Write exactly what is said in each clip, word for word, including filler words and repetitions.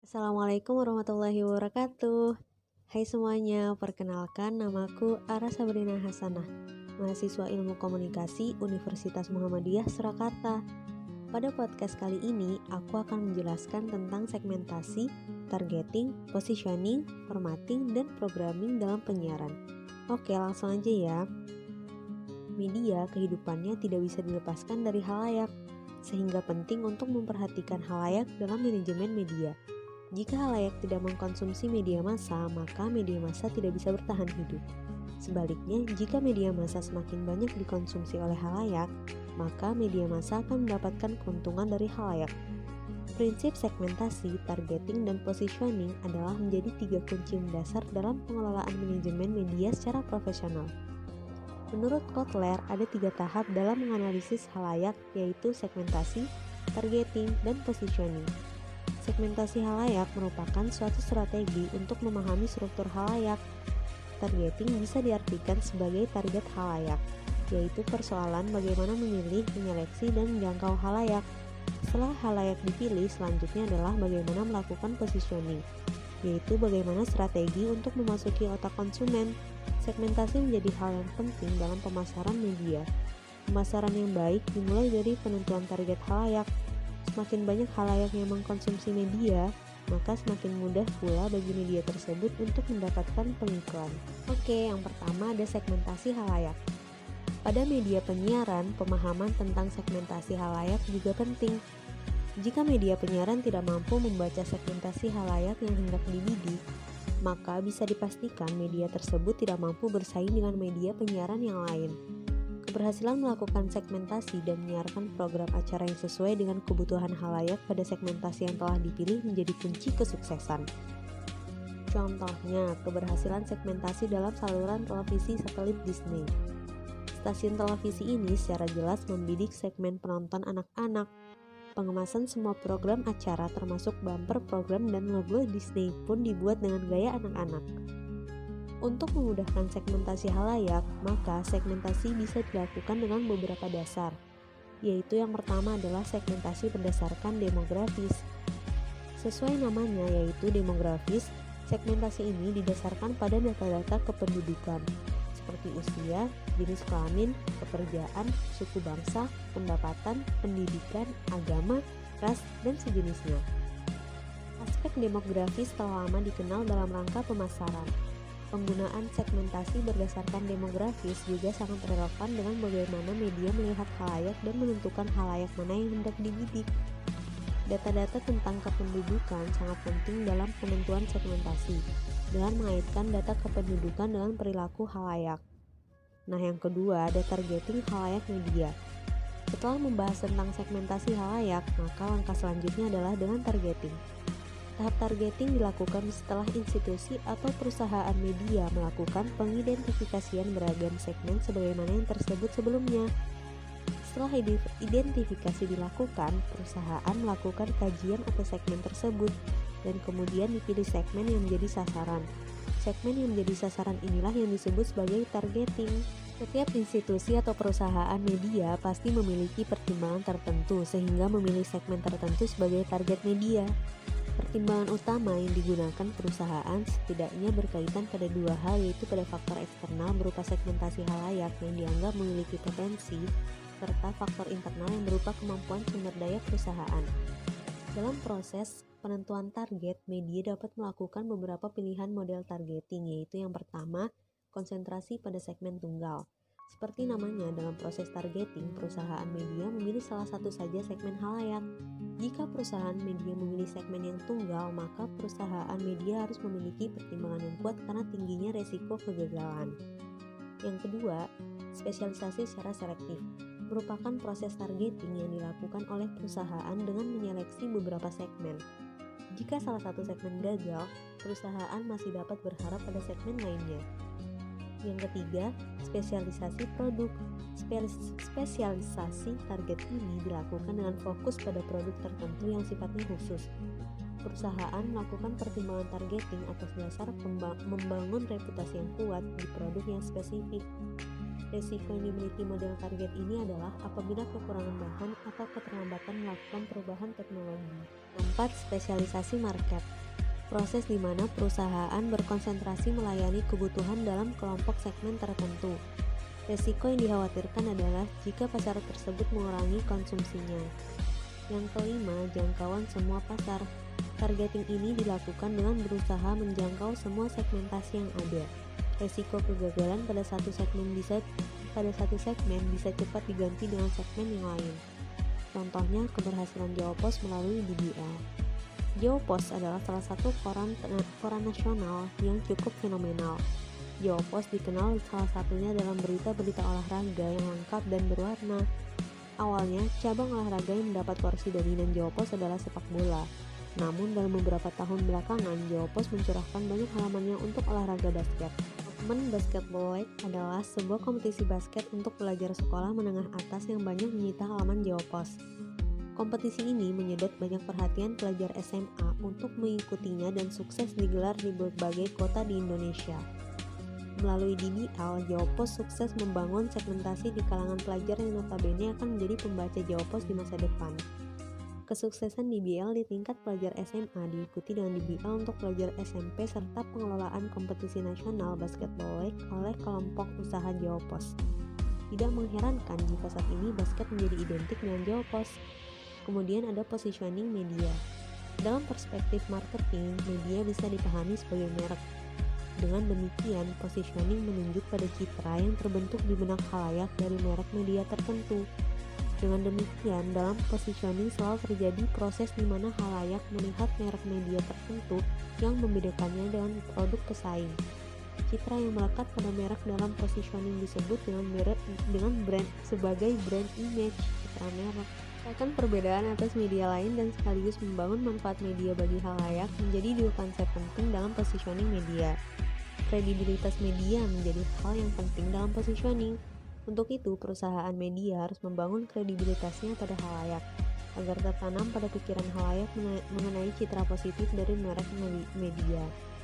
Assalamualaikum warahmatullahi wabarakatuh. Hai semuanya, perkenalkan namaku Ara Sabrina Hasanah, mahasiswa Ilmu Komunikasi Universitas Muhammadiyah Surakarta. Pada podcast kali ini, aku akan menjelaskan tentang segmentasi, targeting, positioning, formatting, dan programming dalam penyiaran. Oke, langsung aja ya. Media kehidupannya tidak bisa dilepaskan dari halayak, sehingga penting untuk memperhatikan halayak dalam manajemen media. Jika halayak tidak mengkonsumsi media massa, maka media massa tidak bisa bertahan hidup. Sebaliknya, jika media massa semakin banyak dikonsumsi oleh halayak, maka media massa akan mendapatkan keuntungan dari halayak. Prinsip segmentasi, targeting, dan positioning adalah menjadi tiga kunci mendasar dalam pengelolaan manajemen media secara profesional. Menurut Kotler, ada tiga tahap dalam menganalisis halayak, yaitu segmentasi, targeting, dan positioning. Segmentasi halayak merupakan suatu strategi untuk memahami struktur halayak. Targeting bisa diartikan sebagai target halayak, yaitu persoalan bagaimana memilih, menyeleksi, dan menjangkau halayak. Setelah halayak dipilih, selanjutnya adalah bagaimana melakukan positioning, yaitu bagaimana strategi untuk memasuki otak konsumen. Segmentasi menjadi hal yang penting dalam pemasaran media. Pemasaran yang baik dimulai dari penentuan target halayak. Semakin banyak halayak yang mengkonsumsi media, maka semakin mudah pula bagi media tersebut untuk mendapatkan pengiklan. Oke, yang pertama ada segmentasi halayak. Pada media penyiaran, pemahaman tentang segmentasi halayak juga penting. Jika media penyiaran tidak mampu membaca segmentasi halayak yang hendak dibidik, maka bisa dipastikan media tersebut tidak mampu bersaing dengan media penyiaran yang lain. Keberhasilan melakukan segmentasi dan menyiarkan program acara yang sesuai dengan kebutuhan halayak pada segmentasi yang telah dipilih menjadi kunci kesuksesan. Contohnya, keberhasilan segmentasi dalam saluran televisi satelit Disney. Stasiun televisi ini secara jelas membidik segmen penonton anak-anak. Pengemasan semua program acara termasuk bumper program dan logo Disney pun dibuat dengan gaya anak-anak. Untuk memudahkan segmentasi halayak, maka segmentasi bisa dilakukan dengan beberapa dasar, yaitu yang pertama adalah segmentasi berdasarkan demografis. Sesuai namanya yaitu demografis, segmentasi ini didasarkan pada data-data kependudukan, seperti usia, jenis kelamin, pekerjaan, suku bangsa, pendapatan, pendidikan, agama, ras, dan sejenisnya. Aspek demografis telah lama dikenal dalam rangka pemasaran. Penggunaan segmentasi berdasarkan demografis juga sangat relevan dengan bagaimana media melihat halayak dan menentukan halayak mana yang hendak dibidik. Data-data tentang kependudukan sangat penting dalam penentuan segmentasi, dengan mengaitkan data kependudukan dengan perilaku halayak. Nah, yang kedua ada targeting halayak media. Setelah membahas tentang segmentasi halayak, maka langkah selanjutnya adalah dengan targeting. Tahap targeting dilakukan setelah institusi atau perusahaan media melakukan pengidentifikasian beragam segmen sebagaimana yang tersebut sebelumnya. Setelah identifikasi dilakukan, perusahaan melakukan kajian atas segmen tersebut dan kemudian dipilih segmen yang menjadi sasaran. Segmen yang menjadi sasaran inilah yang disebut sebagai targeting. Setiap institusi atau perusahaan media pasti memiliki pertimbangan tertentu sehingga memilih segmen tertentu sebagai target media. Pertimbangan utama yang digunakan perusahaan setidaknya berkaitan pada dua hal, yaitu pada faktor eksternal berupa segmentasi halayak yang dianggap memiliki potensi, serta faktor internal yang berupa kemampuan sumber daya perusahaan. Dalam proses penentuan target, media dapat melakukan beberapa pilihan model targeting, yaitu yang pertama, konsentrasi pada segmen tunggal. Seperti namanya, dalam proses targeting, perusahaan media memilih salah satu saja segmen halayak. Jika perusahaan media memilih segmen yang tunggal, maka perusahaan media harus memiliki pertimbangan yang kuat karena tingginya resiko kegagalan. Yang kedua, spesialisasi secara selektif merupakan proses targeting yang dilakukan oleh perusahaan dengan menyeleksi beberapa segmen. Jika salah satu segmen gagal, perusahaan masih dapat berharap pada segmen lainnya. Yang ketiga, spesialisasi produk. Spesialisasi target ini dilakukan dengan fokus pada produk tertentu yang sifatnya khusus. Perusahaan melakukan pertimbangan targeting atas dasar membangun reputasi yang kuat di produk yang spesifik. Risiko yang dimiliki model target ini adalah apabila kekurangan bahan atau keterlambatan melakukan perubahan teknologi. Keempat, spesialisasi market. proses di mana perusahaan berkonsentrasi melayani kebutuhan dalam kelompok segmen tertentu. Resiko yang dikhawatirkan adalah jika pasar tersebut mengurangi konsumsinya. Yang kelima, jangkauan semua pasar. Targeting ini dilakukan dengan berusaha menjangkau semua segmentasi yang ada. Resiko kegagalan pada satu segmen bisa pada satu segmen bisa cepat diganti dengan segmen yang lain. Contohnya keberhasilan Jawa Pos melalui D B L. Jawa Pos adalah salah satu koran koran nasional yang cukup fenomenal. Jawa Pos dikenal salah satunya dalam berita-berita olahraga yang lengkap dan berwarna. Awalnya, cabang olahraga yang mendapat porsi dominan Jawa Pos adalah sepak bola. Namun dalam beberapa tahun belakangan, Jawa Pos mencurahkan banyak halamannya untuk olahraga basket. Open Basketball League adalah sebuah kompetisi basket untuk pelajar sekolah menengah atas yang banyak menyita halaman Jawa Pos. Kompetisi ini menyedot banyak perhatian pelajar S M A untuk mengikutinya dan sukses digelar di berbagai kota di Indonesia. Melalui D B L, Jawa Pos sukses membangun segmentasi di kalangan pelajar yang notabene akan menjadi pembaca Jawa Pos di masa depan. Kesuksesan D B L di tingkat pelajar S M A diikuti dengan D B L untuk pelajar S M P serta pengelolaan kompetisi nasional Basketball League oleh kelompok usaha Jawa Pos. Tidak mengherankan jika saat ini basket menjadi identik dengan Jawa Pos. Kemudian ada positioning media. Dalam perspektif marketing, media bisa dipahami sebagai merek. Dengan demikian, positioning menunjuk pada citra yang terbentuk di benak khalayak dari merek media tertentu. Dengan demikian, dalam positioning selalu terjadi proses di mana khalayak melihat merek media tertentu yang membedakannya dengan produk pesaing. Citra yang melekat pada merek dalam positioning disebut dengan merek dengan brand sebagai brand image, citra merek. Akan perbedaan atas media lain dan sekaligus membangun manfaat media bagi khalayak menjadi dua konsep penting dalam positioning media. Kredibilitas media menjadi hal yang penting dalam positioning. Untuk itu, perusahaan media harus membangun kredibilitasnya pada khalayak, agar tertanam pada pikiran khalayak mengenai citra positif dari merek media.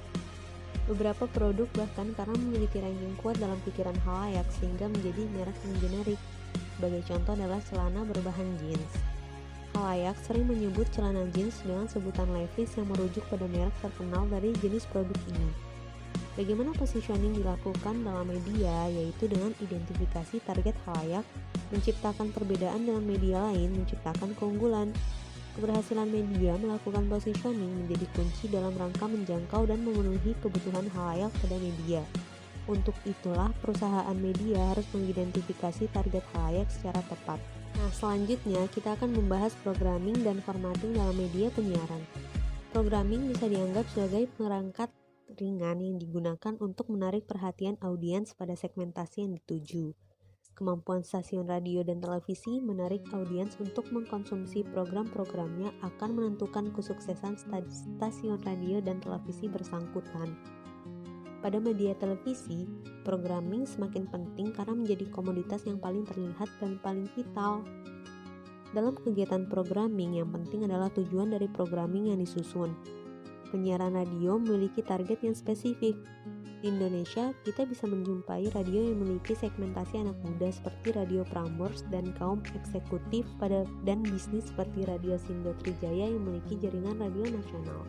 Beberapa produk bahkan karena memiliki ranking kuat dalam pikiran khalayak sehingga menjadi merek yang generik. Sebagai contoh adalah celana berbahan jeans. Khalayak sering menyebut celana jeans dengan sebutan Levi's yang merujuk pada merek terkenal dari jenis produk ini. Bagaimana positioning dilakukan dalam media, yaitu dengan identifikasi target khalayak, menciptakan perbedaan dengan media lain, menciptakan keunggulan. Keberhasilan media melakukan positioning menjadi kunci dalam rangka menjangkau dan memenuhi kebutuhan khalayak pada media. Untuk itulah perusahaan media harus mengidentifikasi target khalayak secara tepat. Nah, selanjutnya kita akan membahas programming dan formatting dalam media penyiaran. Programming bisa dianggap sebagai perangkat ringan yang digunakan untuk menarik perhatian audiens pada segmentasi yang dituju. Kemampuan stasiun radio dan televisi menarik audiens untuk mengkonsumsi program-programnya akan menentukan kesuksesan stasiun radio dan televisi bersangkutan. Pada media televisi, programming semakin penting karena menjadi komoditas yang paling terlihat dan paling vital. Dalam kegiatan programming, yang penting adalah tujuan dari programming yang disusun. Penyiaran radio memiliki target yang spesifik. Di Indonesia, kita bisa menjumpai radio yang memiliki segmentasi anak muda seperti Radio Prambors dan kaum eksekutif pada dan bisnis seperti Radio Sindo Trijaya yang memiliki jaringan radio nasional.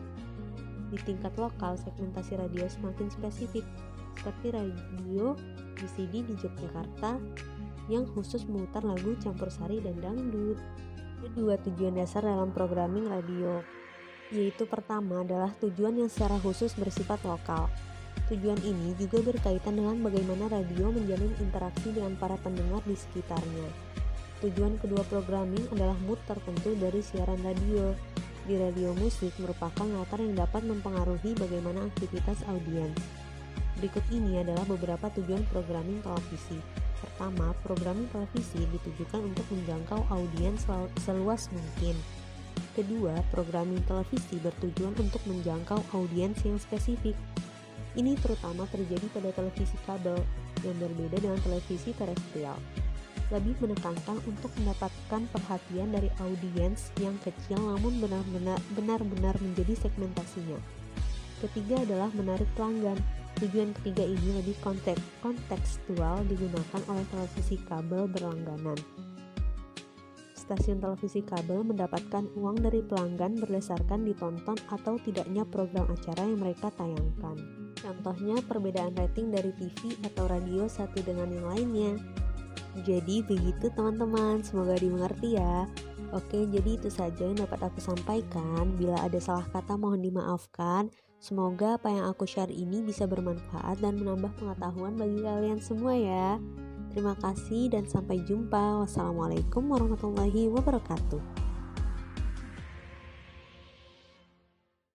Di tingkat lokal, segmentasi radio semakin spesifik, seperti Radio V C D di Yogyakarta yang khusus memutar lagu campursari dan dangdut. Ada dua tujuan dasar dalam programming radio, yaitu pertama adalah tujuan yang secara khusus bersifat lokal. Tujuan ini juga berkaitan dengan bagaimana radio menjalin interaksi dengan para pendengar di sekitarnya. Tujuan kedua programming adalah mood tertentu dari siaran radio. Di radio musik merupakan latar yang dapat mempengaruhi bagaimana aktivitas audiens. Berikut ini adalah beberapa tujuan programming televisi. Pertama, programming televisi ditujukan untuk menjangkau audiens seluas mungkin. Kedua, programming televisi bertujuan untuk menjangkau audiens yang spesifik. Ini terutama terjadi pada televisi kabel yang berbeda dengan televisi terestrial. Lebih menekankan untuk mendapatkan perhatian dari audiens yang kecil namun benar-benar benar-benar menjadi segmentasinya. Ketiga adalah menarik pelanggan. Tujuan ketiga ini lebih konteks, kontekstual digunakan oleh televisi kabel berlangganan. stasiun televisi kabel mendapatkan uang dari pelanggan berdasarkan ditonton atau tidaknya program acara yang mereka tayangkan. Contohnya perbedaan rating dari T V atau radio satu dengan yang lainnya. Jadi begitu teman-teman, semoga dimengerti ya. Oke, jadi itu saja yang dapat aku sampaikan. Bila ada salah kata mohon dimaafkan. Semoga apa yang aku share ini bisa bermanfaat dan menambah pengetahuan bagi kalian semua ya. Terima kasih dan sampai jumpa. Wassalamualaikum warahmatullahi wabarakatuh.